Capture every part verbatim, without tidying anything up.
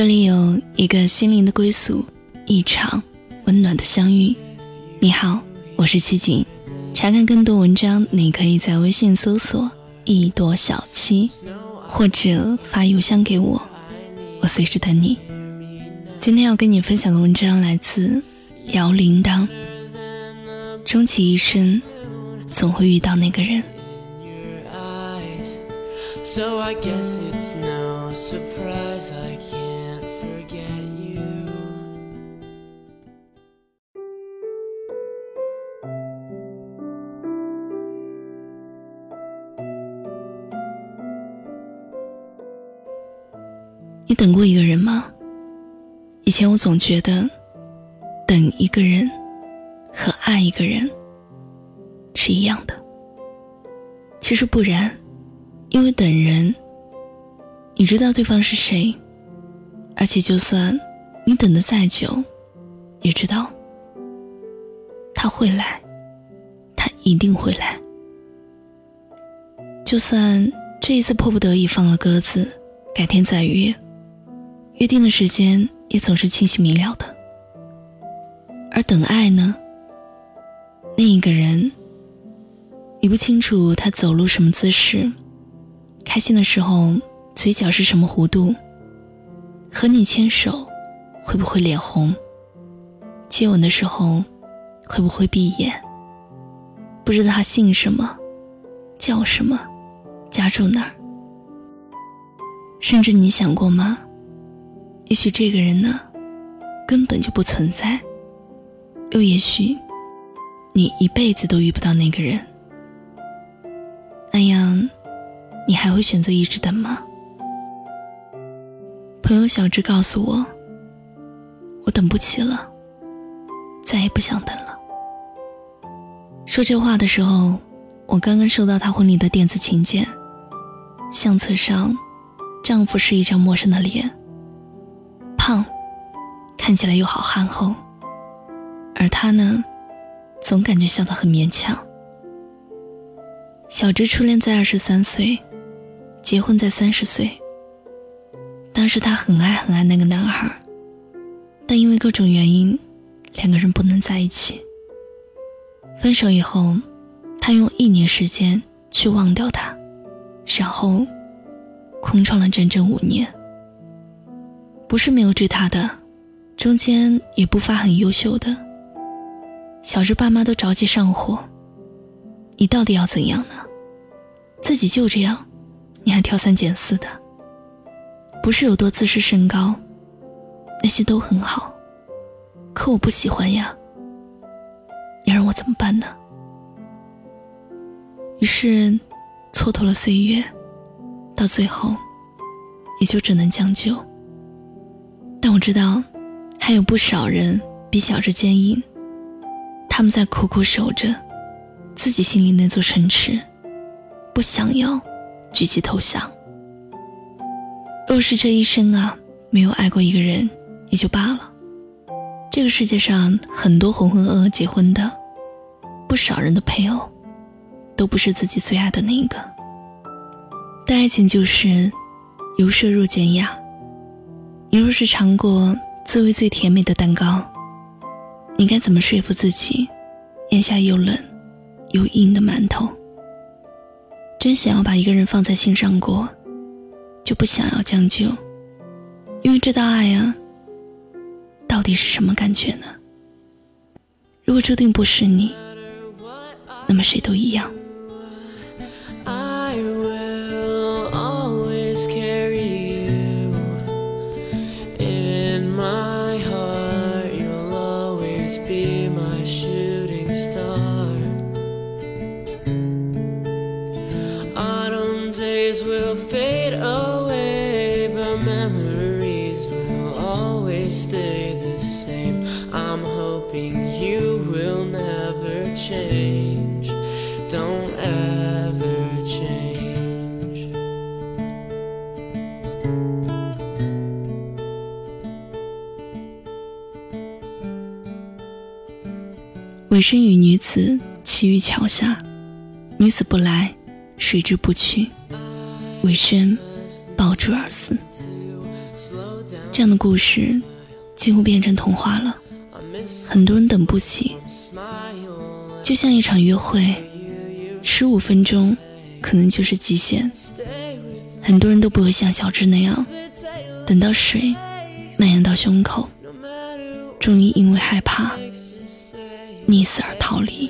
这里有一个心灵的归宿，一场温暖的相遇。你好，我是七锦。查看更多文章，你可以在微信搜索一朵小七，或者发邮箱给我，我随时等你。今天要跟你分享的文章来自姚铃铛。终其一生，总会遇到那个人。So I guess it's no surprise I can't forget you. 你等过一个人吗？以前我总觉得等一个人和爱一个人是一样的，其实不然。因为等人，你知道对方是谁，而且就算你等得再久，也知道他会来，他一定会来。就算这一次迫不得已放了鸽子，改天再约，约定的时间也总是清晰明了的。而等爱呢，另一个人，你不清楚他走路什么姿势，开心的时候嘴角是什么弧度，和你牵手会不会脸红，接吻的时候会不会闭眼，不知道他姓什么叫什么家住哪儿。甚至你想过吗，也许这个人呢根本就不存在，又也许你一辈子都遇不到那个人。那样你还会选择一直等吗？朋友小智告诉我，我等不起了，再也不想等了。说这话的时候，我刚刚收到他婚礼的电子请柬，相册上丈夫是一张陌生的脸，胖，看起来又好憨厚，而他呢，总感觉笑得很勉强。小智初恋在二十三岁，结婚在三十岁。当时他很爱很爱那个男孩，但因为各种原因，两个人不能在一起。分手以后，他用一年时间去忘掉他，然后空窗了整整五年。不是没有追他的，中间也不乏很优秀的。小智爸妈都着急上火，你到底要怎样呢？自己就这样，你还挑三拣四的，不是有多自视甚高，那些都很好，可我不喜欢呀，你让我怎么办呢？于是蹉跎了岁月，到最后也就只能将就。但我知道还有不少人比小智坚硬，他们在苦苦守着自己心里那座城池，不想要举旗投降。若是这一生啊没有爱过一个人也就罢了，这个世界上很多浑浑噩噩结婚的，不少人的配偶都不是自己最爱的那一个。但爱情就是由奢入俭雅，你若是尝过滋味最甜美的蛋糕，你该怎么说服自己咽下又冷又硬的馒头？真想要把一个人放在心上过，就不想要将就，因为这道爱啊，到底是什么感觉呢？如果注定不是你，那么谁都一样。 Will fade away, but memories will always stay the same. I'm hoping you will never change. Don't ever change. 尾生与女子栖于桥下，女子不来，水之不去，尾生抱柱而死。 这样的故事几乎变成童话了，很多人等不起。就像一场约会，十五分钟可能就是极限，很多人都不会像小智那样等到水蔓延到胸口，终于因为害怕溺死而逃离。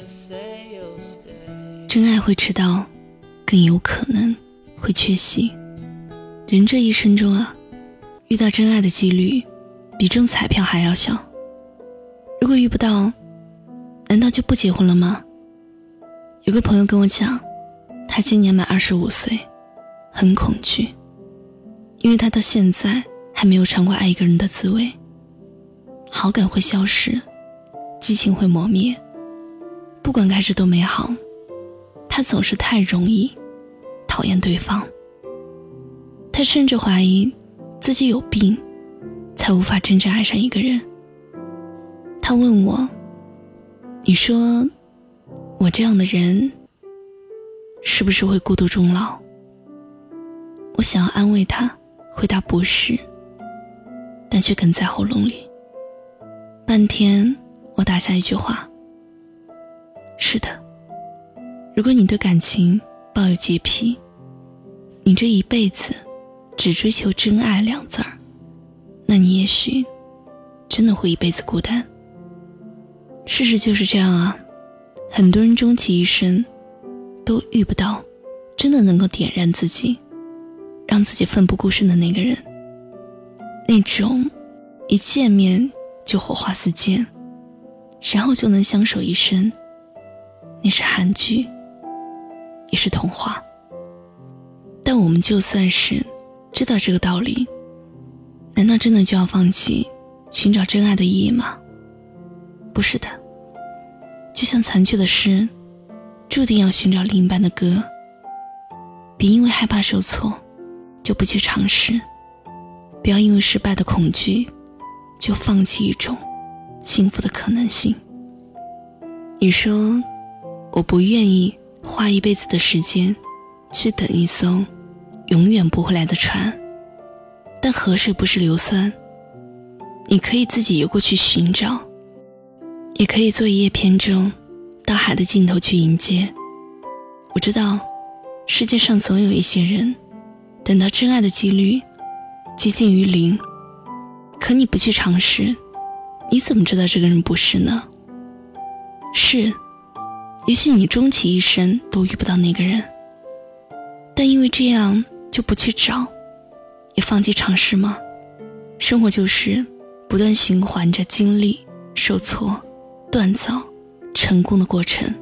真爱会迟到，更有可能会缺席。人这一生中啊，遇到真爱的几率比中彩票还要小。如果遇不到，难道就不结婚了吗？有个朋友跟我讲，他今年满二十五岁，很恐惧，因为他到现在还没有尝过爱一个人的滋味。好感会消失，激情会磨灭，不管开始多美好，他总是太容易讨厌对方。他甚至怀疑自己有病，才无法真正爱上一个人。他问我，你说我这样的人是不是会孤独终老？我想要安慰他，回答不是，但却哽在喉咙里。半天我打下一句话，是的，如果你对感情抱有洁癖，你这一辈子只追求真爱两字儿，那你也许真的会一辈子孤单。事实就是这样啊，很多人终其一生都遇不到真的能够点燃自己，让自己奋不顾身的那个人。那种一见面就火花四溅，然后就能相守一生，那是韩剧，也是童话。但我们就算是知道这个道理，难道真的就要放弃寻找真爱的意义吗？不是的，就像残缺的诗，注定要寻找另一半的歌。别因为害怕受挫就不去尝试，不要因为失败的恐惧就放弃一种幸福的可能性。你说我不愿意花一辈子的时间去等一艘永远不会来的船，但河水不是硫酸，你可以自己游过去寻找，也可以坐一叶扁舟到海的尽头去迎接。我知道世界上总有一些人等到真爱的几率接近于零，可你不去尝试，你怎么知道这个人不是呢？是，也许你终其一生都遇不到那个人，但因为这样就不去找，也放弃尝试吗？生活就是不断循环着经历受挫、锻造、成功的过程。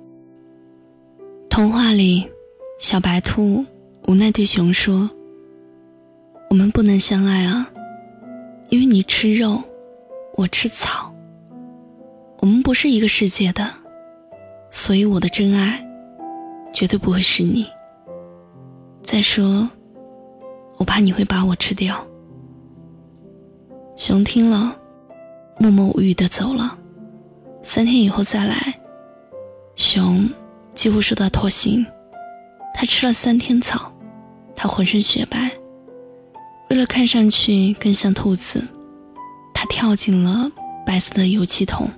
童话里，小白兔无奈对熊说，我们不能相爱啊，因为你吃肉，我吃草，我们不是一个世界的，所以我的真爱绝对不会是你。再说，我怕你会把我吃掉。熊听了，默默无语地走了。三天以后再来，熊几乎瘦到脱形，他吃了三天草，他浑身雪白，为了看上去更像兔子，他跳进了白色的油漆桶。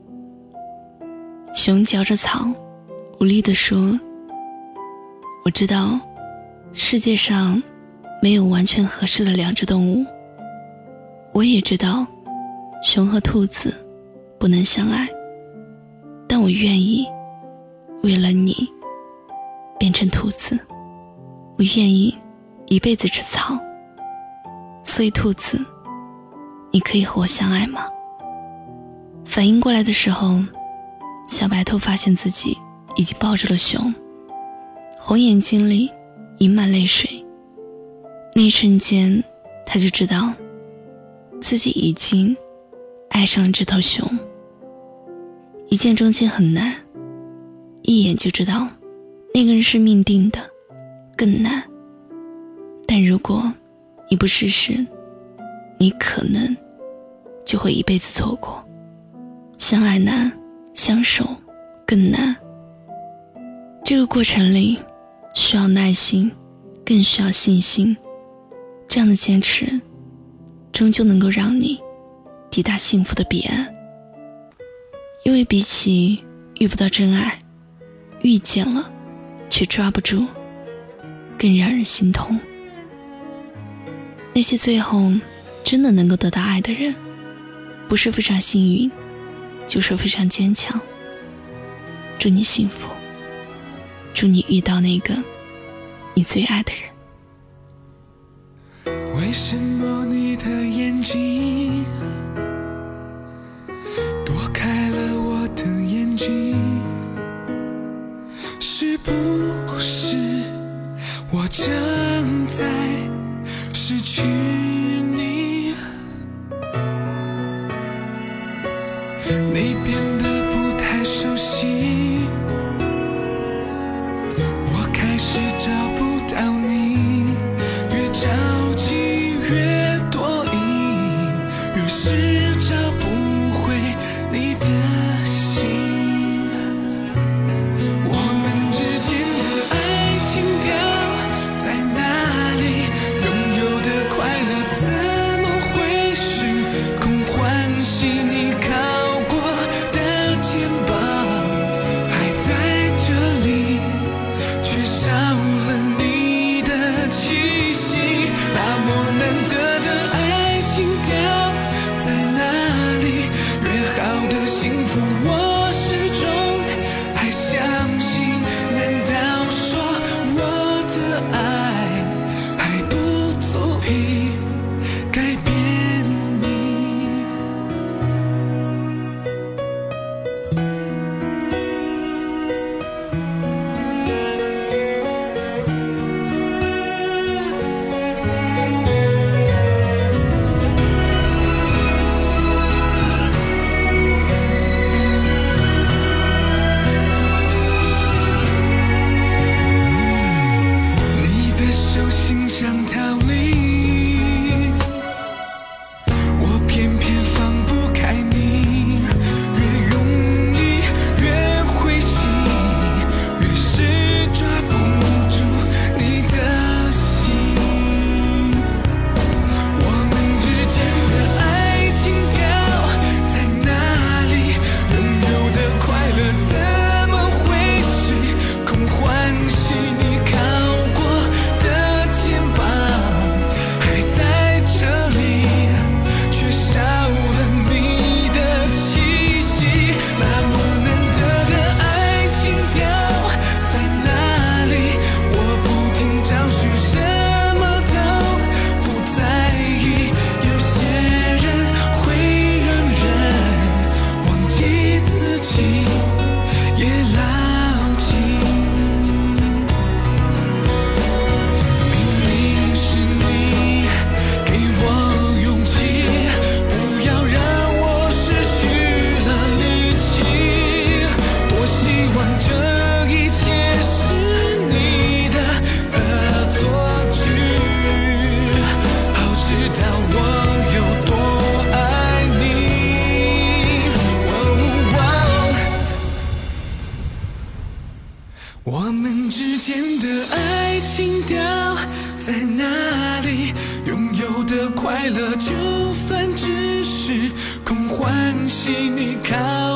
熊嚼着草，无力地说，我知道世界上没有完全合适的两只动物，我也知道熊和兔子不能相爱，但我愿意为了你变成兔子，我愿意一辈子吃草，所以兔子，你可以和我相爱吗？反应过来的时候，小白兔发现自己已经抱住了熊，红眼睛里盈满泪水。那一瞬间，他就知道自己已经爱上了这头熊。一见钟情很难，一眼就知道那个人是命定的更难。但如果你不试试，你可能就会一辈子错过。相爱难，相守更难。这个过程里需要耐心，更需要信心。这样的坚持终究能够让你抵达幸福的彼岸。因为比起遇不到真爱，遇见了却抓不住，更让人心痛。那些最后真的能够得到爱的人，不是非常幸运，就是非常坚强。祝你幸福，祝你遇到那个你最爱的人。 为什么你的眼睛躲开了我的眼睛？是不是我正在失去你？你变得不太熟悉，我开始找不到你，越着急越多疑，越是找不回你的心。我们之间的爱情调在哪里？拥有的快乐怎么会是空欢喜？你靠过的肩膀还在这里，却少了你的气息。那么难得的爱情调在哪里？约好的幸福我始终还相信，难道说我的爱还不足以改变你？你的手心想逃离，我偏偏放不开你，越用力越灰心，越是抓不住你的心。我们之间的爱情调在哪里？拥有的快乐怎么会是空欢喜？你靠过的肩膀还在这里，却少了你的气息。那么难得的爱情调在哪里？我不停找寻，什么都不在意。有些人会让人忘记自己，也牢记。明明是你给我勇气，不要让我失去了力气。多希望这一切是你的恶作剧，好知道我有多爱你。我们之间的爱情调在哪里？拥有的快乐就算只是空欢喜，你靠